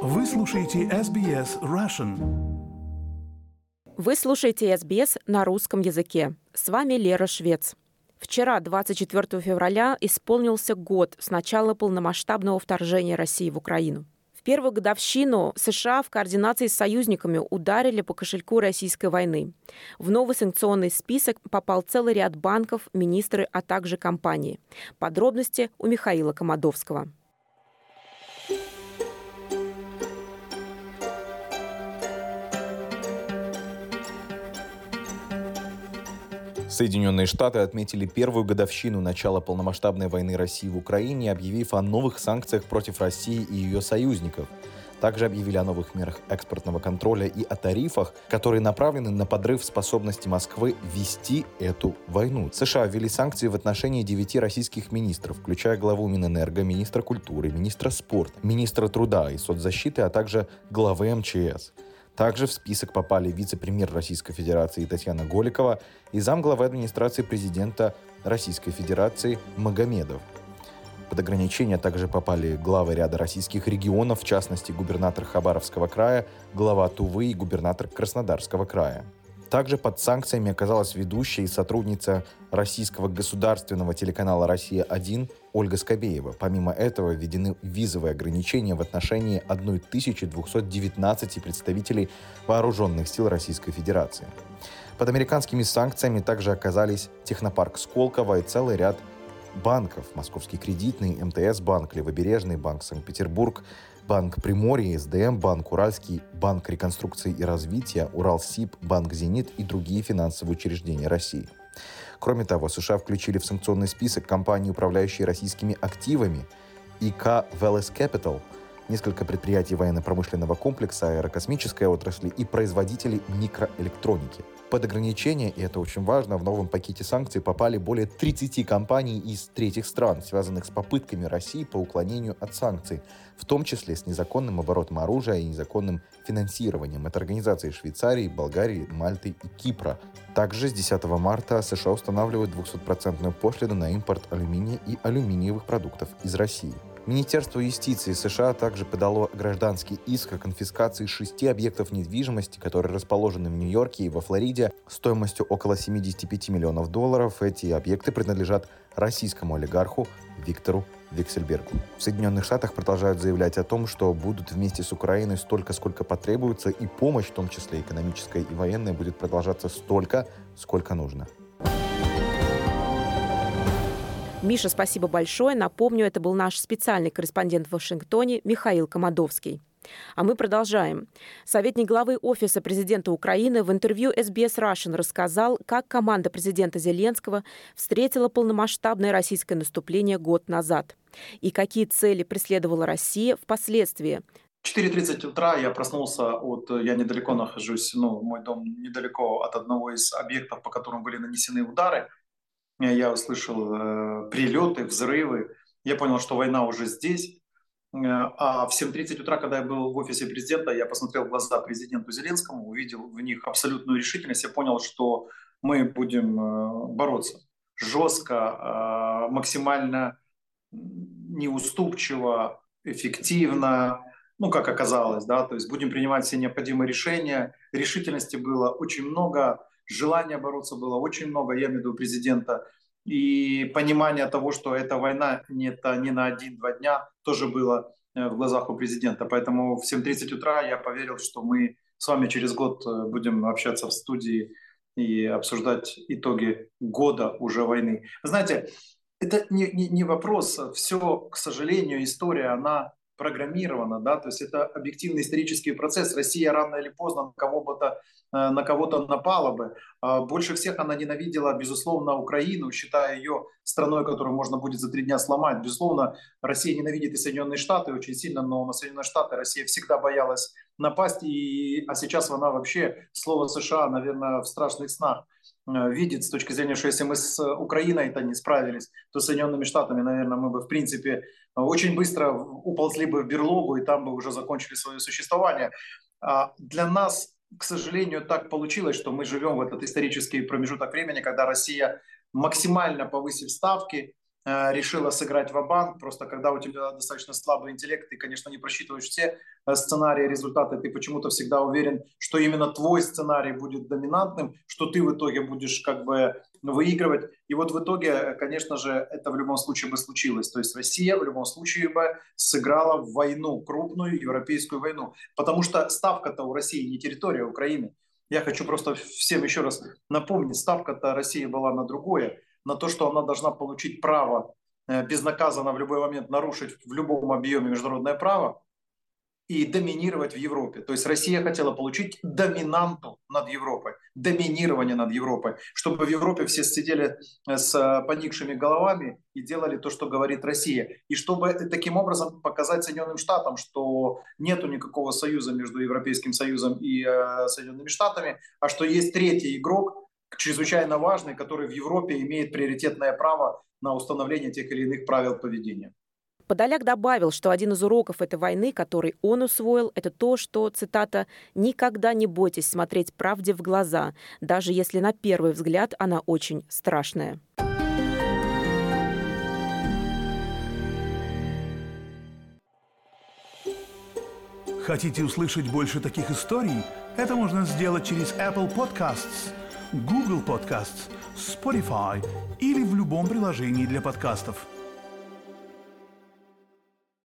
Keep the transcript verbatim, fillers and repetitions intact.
Вы слушаете эс би эс Russian. Вы слушаете эс би эс на русском языке. С вами Лера Швец. Вчера, двадцать четвёртого февраля, исполнился год с начала полномасштабного вторжения России в Украину. В первую годовщину США в координации с союзниками ударили по кошельку российской войны. В новый санкционный список попал целый ряд банков, министры, а также компании. Подробности у Михаила Комадовского. Соединенные Штаты отметили первую годовщину начала полномасштабной войны России в Украине, объявив о новых санкциях против России и ее союзников. Также объявили о новых мерах экспортного контроля и о тарифах, которые направлены на подрыв способности Москвы вести эту войну. США ввели санкции в отношении девяти российских министров, включая главу Минэнерго, министра культуры, министра спорта, министра труда и соцзащиты, а также главы эм че эс. Также в список попали вице-премьер Российской Федерации Татьяна Голикова и замглавы администрации президента Российской Федерации Магомедов. Под ограничения также попали главы ряда российских регионов, в частности губернатор Хабаровского края, глава Тувы и губернатор Краснодарского края. Также под санкциями оказалась ведущая и сотрудница российского государственного телеканала «Россия-один» Ольга Скобеева. Помимо этого введены визовые ограничения в отношении тысячи двухсот девятнадцати представителей вооруженных сил Российской Федерации. Под американскими санкциями также оказались технопарк Сколково и целый ряд банков: Московский кредитный, эм тэ эс банк, Левобережный банк, Санкт-Петербург, Банк Приморья, эс дэ эм банк, Уральский банк реконструкции и развития, Уралсиб, Банк Зенит и другие финансовые учреждения России. Кроме того, США включили в санкционный список компании, управляющие российскими активами, и ка Veles Capital, несколько предприятий военно-промышленного комплекса, аэрокосмической отрасли и производителей микроэлектроники. Под ограничения, и это очень важно, в новом пакете санкций попали более тридцати компаний из третьих стран, связанных с попытками России по уклонению от санкций, в том числе с незаконным оборотом оружия и незаконным финансированием. Это организации Швейцарии, Болгарии, Мальты и Кипра. Также с десятого марта США устанавливают двухсотпроцентную пошлину на импорт алюминия и алюминиевых продуктов из России. Министерство юстиции США также подало гражданский иск о конфискации шести объектов недвижимости, которые расположены в Нью-Йорке и во Флориде, стоимостью около семидесяти пяти миллионов долларов. Эти объекты принадлежат российскому олигарху Виктору Вексельбергу. В Соединенных Штатах продолжают заявлять о том, что будут вместе с Украиной столько, сколько потребуется, и помощь, в том числе экономическая и военная, будет продолжаться столько, сколько нужно. Миша, спасибо большое. Напомню, это был наш специальный корреспондент в Вашингтоне Михаил Комадовский. А мы продолжаем. Советник главы Офиса президента Украины в интервью эс би эс Russian рассказал, как команда президента Зеленского встретила полномасштабное российское наступление год назад и какие цели преследовала Россия впоследствии. В четыре тридцать утра я проснулся, от, я недалеко нахожусь, ну, мой дом недалеко от одного из объектов, по которым были нанесены удары. Я услышал э, прилеты, взрывы. Я понял, что война уже здесь. А в семь тридцать утра, когда я был в офисе президента, я посмотрел в глаза президенту Зеленскому, увидел в них абсолютную решительность. Я понял, что мы будем э, бороться жестко, э, максимально неуступчиво, эффективно. Ну, как оказалось, да, то есть будем принимать все необходимые решения. Решительности было очень много. Желания бороться было очень много, я имею в виду президента, и понимание того, что эта война не, это не на один-два дня, тоже было в глазах у президента. Поэтому в семь тридцать утра я поверил, что мы с вами через год будем общаться в студии и обсуждать итоги года уже войны. Вы знаете, это не, не, не вопрос, все, к сожалению, история, она программирована, да, то есть это объективный исторический процесс. Россия рано или поздно на кого-то, на кого-то напала бы. Больше всех она ненавидела, безусловно, Украину, считая ее страной, которую можно будет за три дня сломать. Безусловно, Россия ненавидит и Соединенные Штаты очень сильно, но на Соединенные Штаты Россия всегда боялась напасть, и, а сейчас она вообще, слово США, наверное, в страшных снах видит с точки зрения, что если мы с Украиной-то не справились, то с Соединенными Штатами, наверное, мы бы, в принципе, очень быстро уползли бы в берлогу и там бы уже закончили свое существование. Для нас, к сожалению, так получилось, что мы живем в этот исторический промежуток времени, когда Россия, максимально повысив ставки, решила сыграть ва-банк. Просто когда у тебя достаточно слабый интеллект, ты, конечно, не просчитываешь все сценарии, результаты, ты почему-то всегда уверен, что именно твой сценарий будет доминантным, что ты в итоге будешь как бы выигрывать. И вот в итоге, конечно же, это в любом случае бы случилось. То есть Россия в любом случае бы сыграла в войну, крупную европейскую войну. Потому что ставка-то у России не территория Украины. Я хочу просто всем еще раз напомнить, ставка-то России была на другое, на то, что она должна получить право безнаказанно в любой момент нарушить в любом объеме международное право и доминировать в Европе. То есть Россия хотела получить доминанту над Европой, доминирование над Европой, чтобы в Европе все сидели с поникшими головами и делали то, что говорит Россия. И чтобы таким образом показать Соединенным Штатам, что нету никакого союза между Европейским Союзом и э, Соединенными Штатами, а что есть третий игрок, чрезвычайно важный, который в Европе имеет приоритетное право на установление тех или иных правил поведения. Подоляк добавил, что один из уроков этой войны, который он усвоил, это то, что, цитата, «никогда не бойтесь смотреть правде в глаза, даже если на первый взгляд она очень страшная». Хотите услышать больше таких историй? Это можно сделать через Apple Podcasts, Google Podcasts, Spotify или в любом приложении для подкастов.